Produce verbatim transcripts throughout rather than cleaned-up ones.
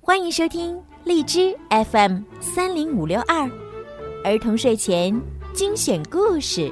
欢迎收听荔枝 F M 三零五六二儿童睡前精选故事。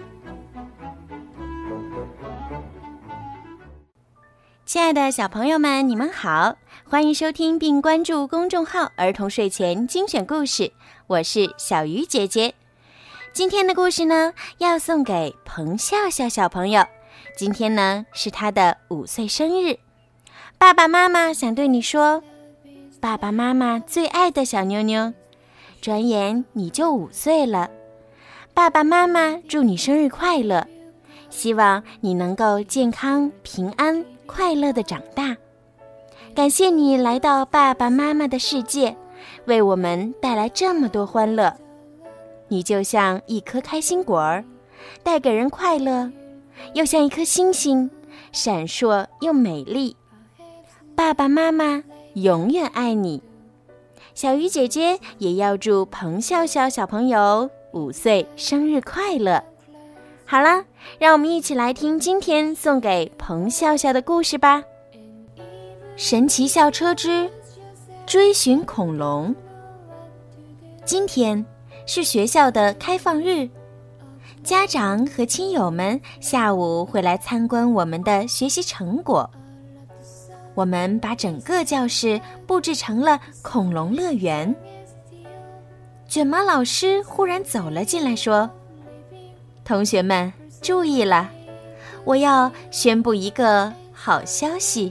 亲爱的小朋友们，你们好，欢迎收听并关注公众号儿童睡前精选故事，我是小鱼姐姐。今天的故事呢，要送给彭笑笑小朋友，今天呢是他的五岁生日。爸爸妈妈想对你说，爸爸妈妈最爱的小妞妞，转眼你就五岁了。爸爸妈妈祝你生日快乐，希望你能够健康、平安、快乐地长大。感谢你来到爸爸妈妈的世界，为我们带来这么多欢乐。你就像一颗开心果儿，带给人快乐，又像一颗星星，闪烁又美丽。爸爸妈妈永远爱你。小鱼姐姐也要祝彭笑笑小朋友五岁生日快乐。好了，让我们一起来听今天送给彭笑笑的故事吧。神奇校车之追寻恐龙。今天是学校的开放日，家长和亲友们下午会来参观我们的学习成果。我们把整个教室布置成了恐龙乐园。卷毛老师忽然走了进来说，同学们注意了，我要宣布一个好消息。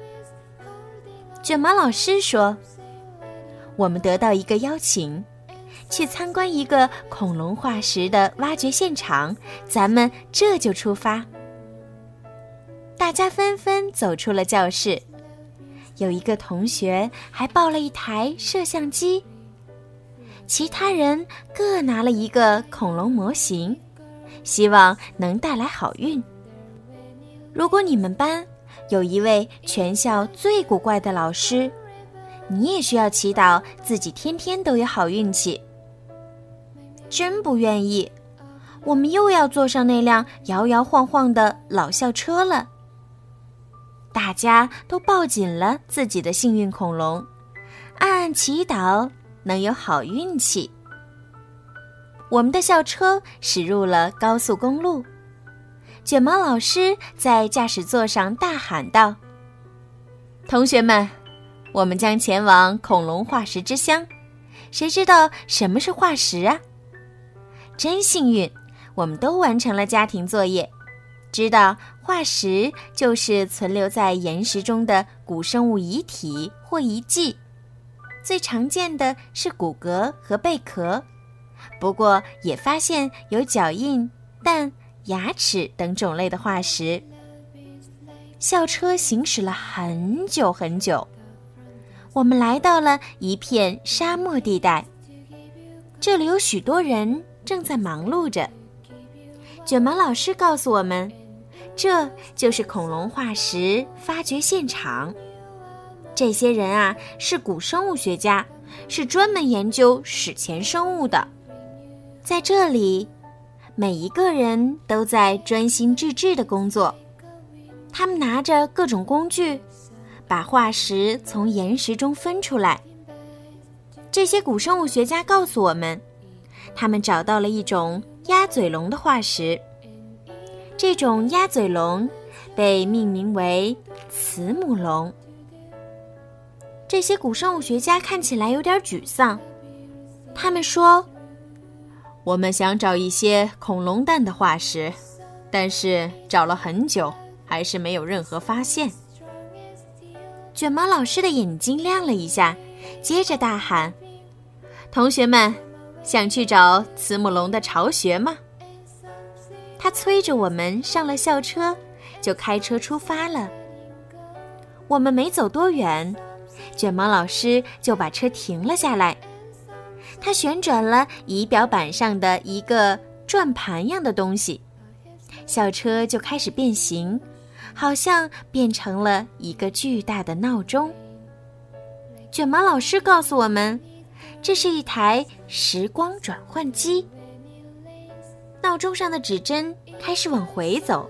卷毛老师说，我们得到一个邀请，去参观一个恐龙化石的挖掘现场，咱们这就出发。大家纷纷走出了教室，有一个同学还抱了一台摄像机，其他人各拿了一个恐龙模型，希望能带来好运。如果你们班有一位全校最古怪的老师，你也需要祈祷自己天天都有好运气。真不愿意，我们又要坐上那辆摇摇晃晃的老校车了。大家都抱紧了自己的幸运恐龙，暗暗祈祷能有好运气。我们的校车驶入了高速公路，卷毛老师在驾驶座上大喊道，同学们，我们将前往恐龙化石之乡，谁知道什么是化石啊？真幸运，我们都完成了家庭作业，知道化石就是存留在岩石中的古生物遗体或遗迹，最常见的是骨骼和贝壳，不过也发现有脚印、蛋、牙齿等种类的化石。校车行驶了很久很久，我们来到了一片沙漠地带，这里有许多人正在忙碌着。卷毛老师告诉我们，这就是恐龙化石发掘现场。这些人啊，是古生物学家，是专门研究史前生物的。在这里，每一个人都在专心致志地工作，他们拿着各种工具，把化石从岩石中分出来。这些古生物学家告诉我们，他们找到了一种鸭嘴龙的化石。这种鸭嘴龙被命名为慈母龙。这些古生物学家看起来有点沮丧，他们说，我们想找一些恐龙蛋的化石，但是找了很久，还是没有任何发现。卷毛老师的眼睛亮了一下，接着大喊，同学们，想去找慈母龙的巢穴吗？他催着我们上了校车，就开车出发了。我们没走多远，卷毛老师就把车停了下来。他旋转了仪表板上的一个转盘样的东西，校车就开始变形，好像变成了一个巨大的闹钟。卷毛老师告诉我们，这是一台时光转换机。闹钟上的指针开始往回走，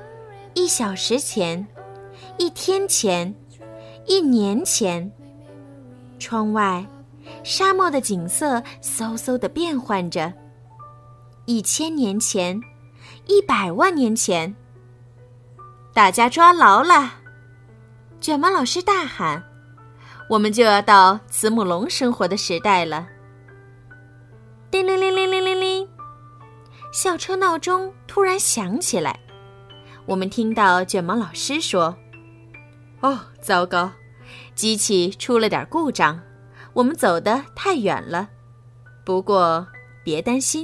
一小时前，一天前，一年前， 窗外，沙漠的景色嗖嗖地变换着。一千年前，一百万年前，大家抓牢了！卷毛老师大喊：“我们就要到慈母龙生活的时代了！”叮铃铃铃铃铃铃，校车闹钟突然响起来。我们听到卷毛老师说：“哦，糟糕，机器出了点故障，我们走得太远了。不过别担心。”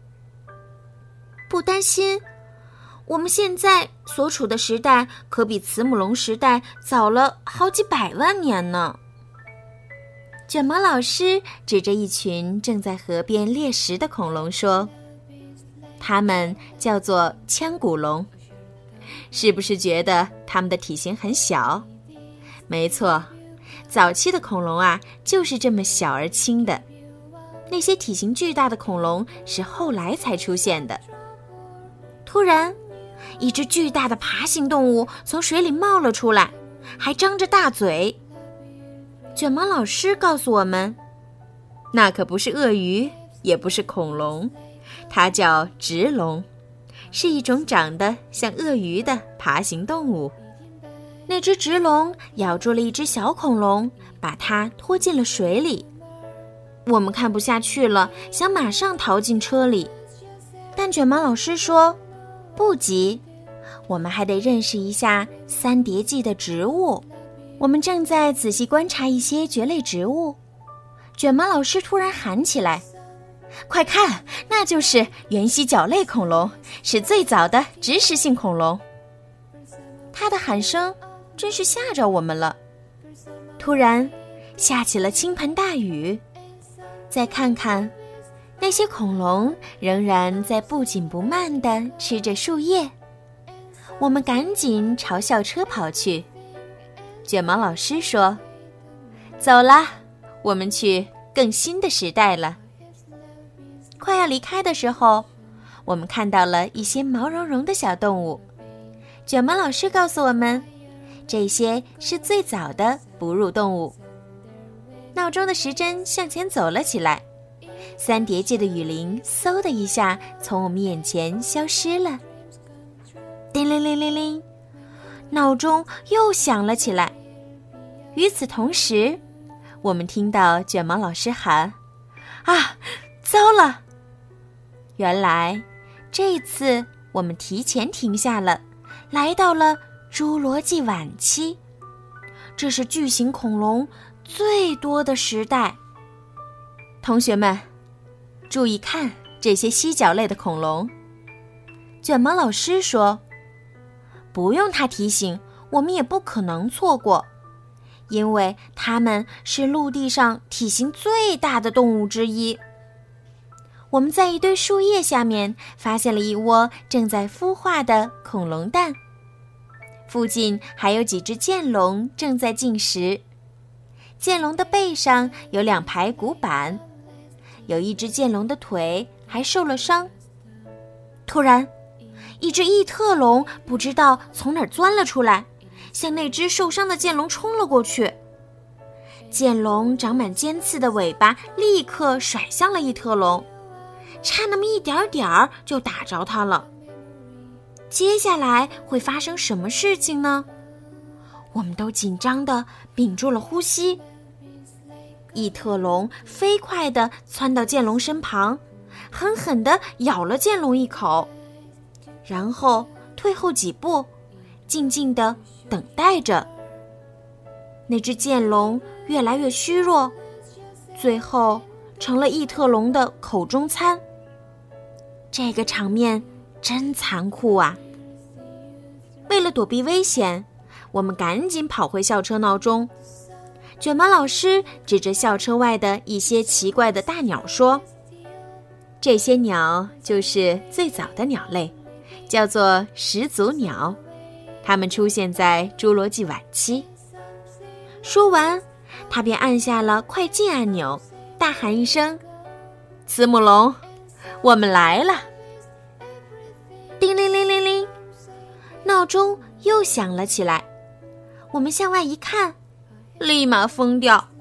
不担心？我们现在所处的时代可比慈母龙时代早了好几百万年呢。卷毛老师指着一群正在河边猎食的恐龙说：“它们叫做腔骨龙。是不是觉得它们的体型很小？没错，早期的恐龙啊，就是这么小而轻的。那些体型巨大的恐龙是后来才出现的。”突然，一只巨大的爬行动物从水里冒了出来，还张着大嘴。卷毛老师告诉我们，那可不是鳄鱼，也不是恐龙，它叫直龙，是一种长得像鳄鱼的爬行动物。那只直龙咬住了一只小恐龙，把它拖进了水里。我们看不下去了，想马上逃进车里，但卷毛老师说：“不急，我们还得认识一下三叠纪的植物。”我们正在仔细观察一些蕨类植物，卷毛老师突然喊起来：“快看，那就是原蜥脚类恐龙，是最早的植食性恐龙。”他的喊声真是吓着我们了。突然，下起了倾盆大雨。再看看，那些恐龙仍然在不紧不慢地吃着树叶。我们赶紧朝校车跑去。卷毛老师说：“走啦，我们去更新的时代了。”快要离开的时候，我们看到了一些毛茸茸的小动物。卷毛老师告诉我们，这些是最早的哺乳动物。闹钟的时针向前走了起来，三叠纪的雨林嗖的一下从我们眼前消失了。叮铃铃铃铃，闹钟又响了起来。与此同时，我们听到卷毛老师喊：“啊，糟了！”原来这次我们提前停下了，来到了侏罗纪晚期。这是巨型恐龙最多的时代。同学们，注意看这些蜥脚类的恐龙。卷毛老师说：“不用他提醒，我们也不可能错过。因为它们是陆地上体型最大的动物之一。”我们在一堆树叶下面发现了一窝正在孵化的恐龙蛋，附近还有几只剑龙正在进食。剑龙的背上有两排骨板，有一只剑龙的腿还受了伤。突然，一只异特龙不知道从哪儿钻了出来，向那只受伤的剑龙冲了过去。剑龙长满尖刺的尾巴立刻甩向了异特龙，差那么一点点儿就打着它了。接下来会发生什么事情呢？我们都紧张地屏住了呼吸。异特龙飞快地窜到剑龙身旁，狠狠地咬了剑龙一口，然后退后几步，静静地等待着。那只剑龙越来越虚弱，最后成了异特龙的口中餐。这个场面真残酷啊！为了躲避危险，我们赶紧跑回校车闹钟。卷毛老师指着校车外的一些奇怪的大鸟说：“这些鸟就是最早的鸟类，叫做始祖鸟，它们出现在侏罗纪晚期。”说完，他便按下了快进按钮，大喊一声：“慈母龙，我们来了！”叮铃铃铃铃，闹钟又响了起来。我们向外一看，立马疯掉，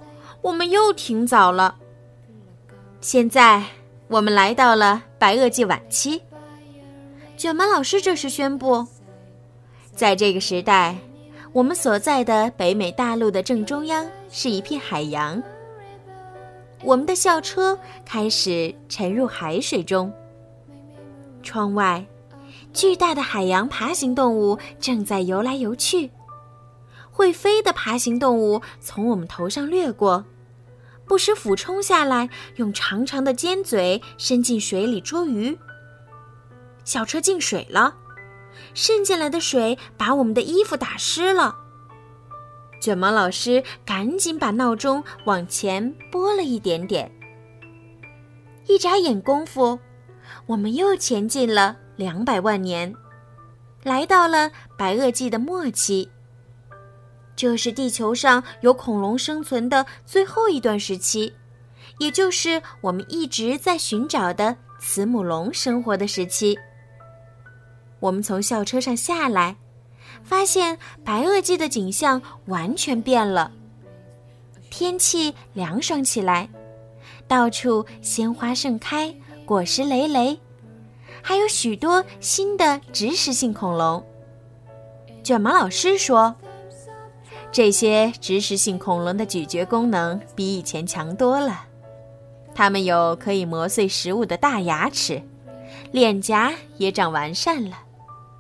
我们又挺早了。现在我们来到了白垩纪晚期。卷毛老师这时宣布，在这个时代，我们所在的北美大陆的正中央是一片海洋。我们的校车开始沉入海水中。窗外，巨大的海洋爬行动物正在游来游去。会飞的爬行动物从我们头上掠过，不时俯冲下来，用长长的尖嘴伸进水里捉鱼。小车进水了，渗进来的水把我们的衣服打湿了。卷毛老师赶紧把闹钟往前拨了一点点。一眨眼功夫，我们又前进了两百万年，来到了白垩纪的末期。这是地球上有恐龙生存的最后一段时期，也就是我们一直在寻找的慈母龙生活的时期。我们从校车上下来，发现白垩纪的景象完全变了。天气凉爽起来，到处鲜花盛开，果实累累，还有许多新的植食性恐龙。卷毛老师说，这些植食性恐龙的咀嚼功能比以前强多了，它们有可以磨碎食物的大牙齿，脸颊也长完善了。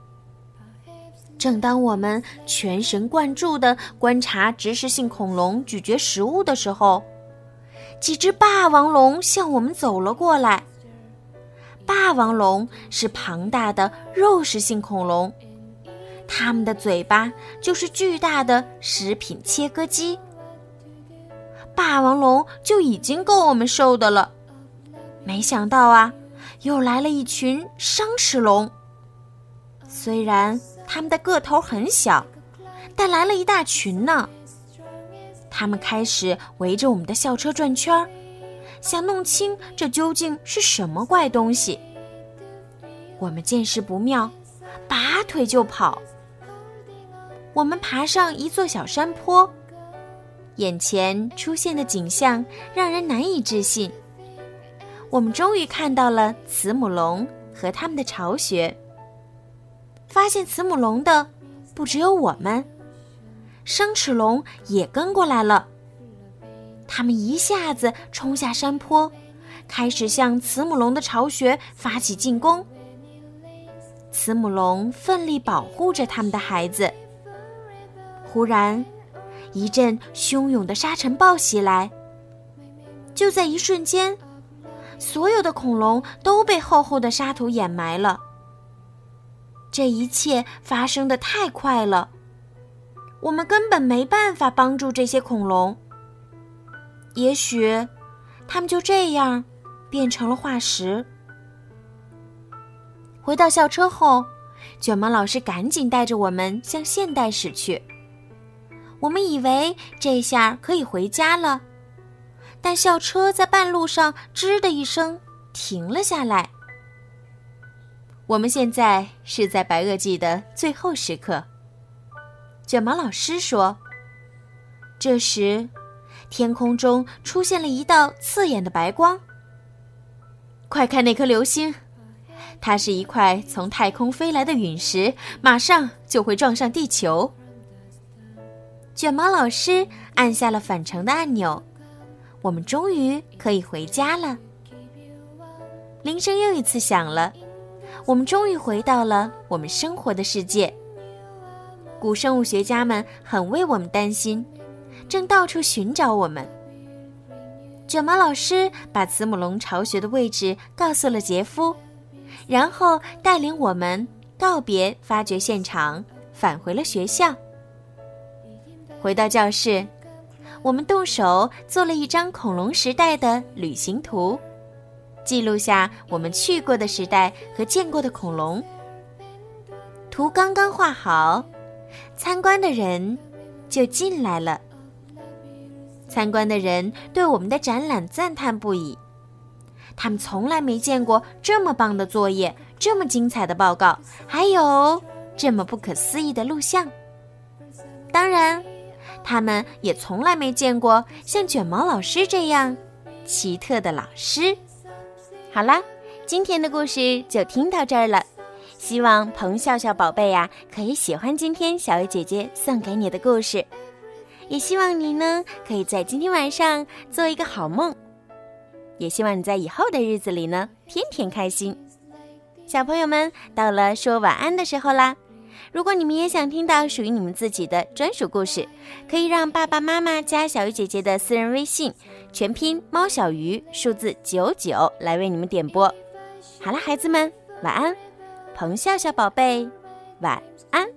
正当我们全神贯注地观察植食性恐龙咀嚼食物的时候，几只霸王龙向我们走了过来。霸王龙是庞大的肉食性恐龙，它们的嘴巴就是巨大的食品切割机。霸王龙就已经够我们受的了，没想到啊，又来了一群商齿龙。虽然它们的个头很小，但来了一大群呢。它们开始围着我们的校车转圈，想弄清这究竟是什么怪东西。我们见势不妙，拔腿就跑。我们爬上一座小山坡，眼前出现的景象让人难以置信。我们终于看到了慈母龙和它们的巢穴。发现慈母龙的不只有我们，商齿龙也跟过来了。它们一下子冲下山坡，开始向慈母龙的巢穴发起进攻。慈母龙奋力保护着它们的孩子。忽然，一阵汹涌的沙尘暴袭来。就在一瞬间，所有的恐龙都被厚厚的沙土掩埋了。这一切发生得太快了，我们根本没办法帮助这些恐龙。也许，它们就这样变成了化石。回到校车后，卷毛老师赶紧带着我们向现代驶去。我们以为这下可以回家了，但校车在半路上吱的一声停了下来。我们现在是在白垩纪的最后时刻。卷毛老师说，这时天空中出现了一道刺眼的白光。快看那颗流星，它是一块从太空飞来的陨石，马上就会撞上地球。卷毛老师按下了返程的按钮，我们终于可以回家了。铃声又一次响了，我们终于回到了我们生活的世界。古生物学家们很为我们担心，正到处寻找我们。卷毛老师把慈母龙巢穴的位置告诉了杰夫，然后带领我们告别发掘现场，返回了学校。回到教室，我们动手做了一张恐龙时代的旅行图，记录下我们去过的时代和见过的恐龙。图刚刚画好，参观的人就进来了。参观的人对我们的展览赞叹不已，他们从来没见过这么棒的作业，这么精彩的报告，还有这么不可思议的录像。当然， 他们也从来没见过像卷毛老师这样奇特的老师。好啦，今天的故事就听到这儿了。希望彭笑笑宝贝呀、啊，可以喜欢今天小鱼姐姐送给你的故事。也希望你呢，可以在今天晚上做一个好梦。也希望你在以后的日子里呢，天天开心。小朋友们，到了说晚安的时候啦。如果你们也想听到属于你们自己的专属故事，可以让爸爸妈妈加小鱼姐姐的私人微信，全拼猫小鱼数字九九来为你们点播。好了，孩子们，晚安。彭笑笑宝贝，晚安。